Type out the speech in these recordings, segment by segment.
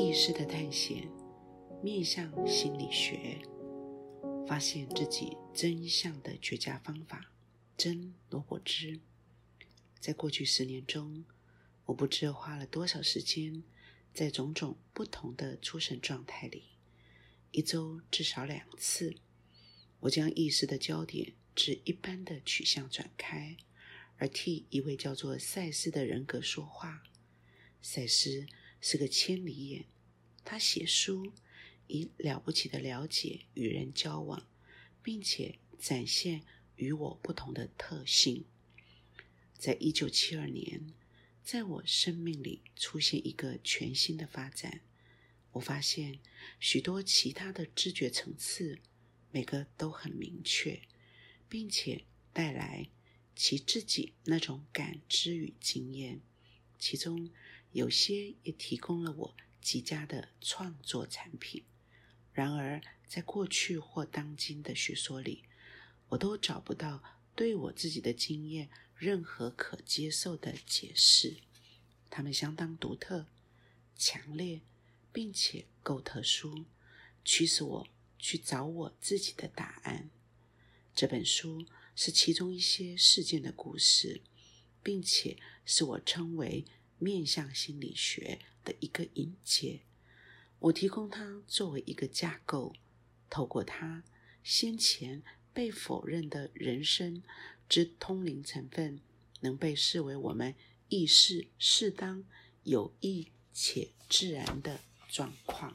意识的探险，面向心理学，发现自己真相的绝佳方法，真罗伯兹。在过去10年中，我不知花了多少时间在种种不同的出神状态里，一周至少2次，我将意识的焦点至一般的取向转开，而替一位叫做赛斯的人格说话。赛斯是个千里眼，他写书，以了不起的了解与人交往，并且展现与我不同的特性。在1972年，在我生命里出现一个全新的发展。我发现许多其他的知觉层次，每个都很明确，并且带来其自己那种感知与经验，其中有些也提供了我极佳的创作产品。然而在过去或当今的学说里，我都找不到对我自己的经验任何可接受的解释。它们相当独特、强烈，并且够特殊，驱使我去找我自己的答案。这本书是其中一些事件的故事，并且是我称为面向心理学的一个引介。我提供它作为一个架构，透过它，先前被否认的人生之通灵成分能被视为我们意识适当、有益且自然的状况。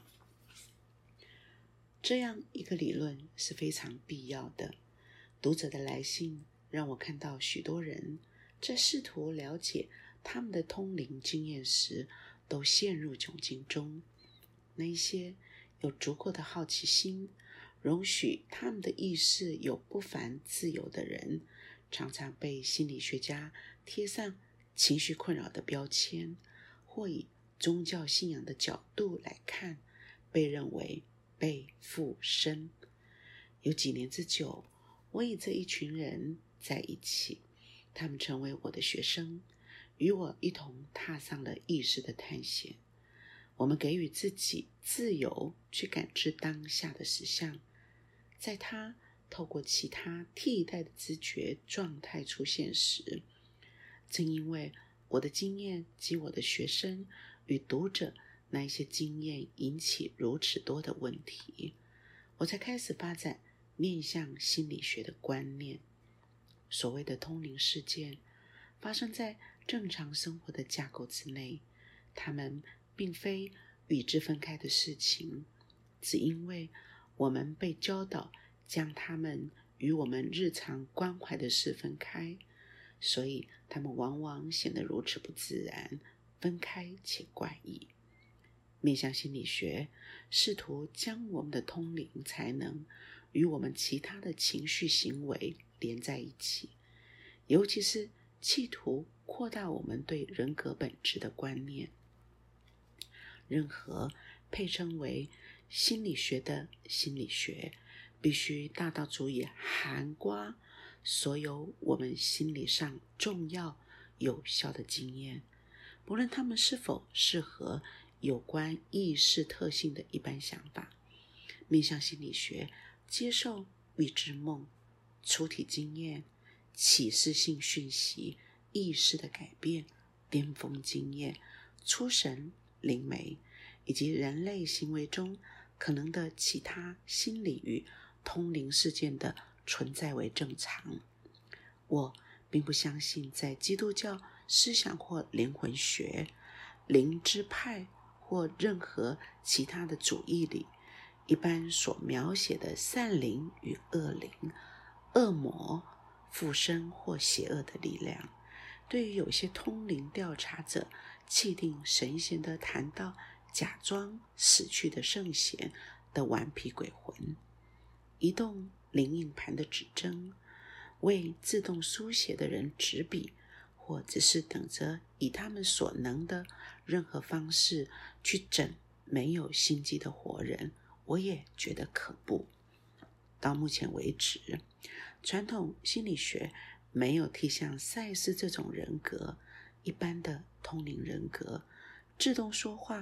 这样一个理论是非常必要的。读者的来信让我看到许多人在试图了解他们的通灵经验时都陷入窘境中。那一些有足够的好奇心，容许他们的意识有不凡自由的人，常常被心理学家贴上情绪困扰的标签，或以宗教信仰的角度来看，被认为被附身。有几年之久，我与这一群人在一起，他们成为我的学生，与我一同踏上了意识的探险。我们给予自己自由去感知当下的实相，在它透过其他替代的知觉状态出现时，正因为我的经验及我的学生与读者那一些经验引起如此多的问题，我才开始发展面向心理学的观念。所谓的通灵事件发生在正常生活的架构之内，它们并非与之分开的事情，只因为我们被教导将它们与我们日常关怀的事分开，所以它们往往显得如此不自然、分开且怪异。面向心理学试图将我们的通灵才能与我们其他的情绪行为连在一起，尤其是企图扩大我们对人格本质的观念。任何配称为心理学的心理学，必须大到足以涵盖所有我们心理上重要有效的经验，不论它们是否适合有关意识特性的一般想法。面向心理学接受预知梦、出体经验、启示性讯息、意识的改变、巅峰经验、出神、灵媒，以及人类行为中可能的其他心理与通灵事件的存在为正常。我并不相信在基督教思想或灵魂学、灵知派或任何其他的主义里，一般所描写的善灵与恶灵、恶魔、附身或邪恶的力量。对于有些通灵调查者气定神闲地谈到假装死去的圣贤的顽皮鬼魂，移动灵印盘的指针，为自动书写的人执笔，或只是等着以他们所能的任何方式去整没有心机的活人，我也觉得可怖。到目前为止，传统心理学没有替像赛斯这种人格，一般的通灵人格，自动说话或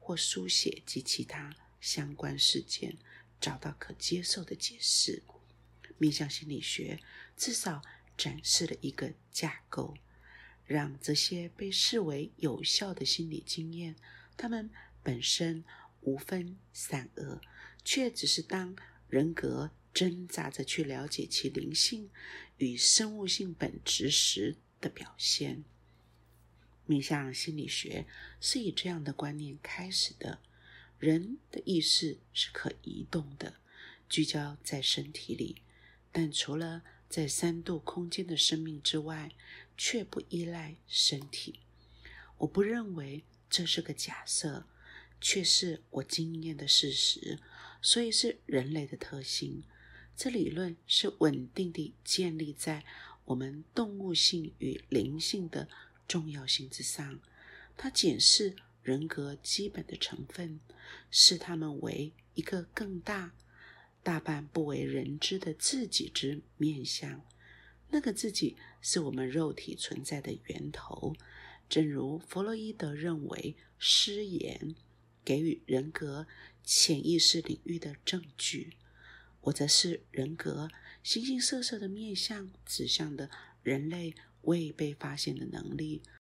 或书写及其他相关事件找到可接受的解释。面向心理学至少展示了一个架构，让这些被视为有效的心理经验，它们本身无分善恶，却只是当人格挣扎着去了解其灵性与生物性本质时的表现。面向心理学是以这样的观念开始的：人的意识是可移动的，聚焦在身体里，但除了在3度空间的生命之外，却不依赖身体。我不认为这是个假设，却是我经验的事实，所以是人类的特性。这理论是稳定地建立在我们动物性与灵性的重要性之上。它检视人格基本的成分，视它们为一个更大、大半不为人知的自己之面向。那个自己是我们肉体存在的源头，正如弗洛伊德认为失言给予人格潜意识领域的证据。我则是人格形形色色的面向指向的人类未被发现的能力，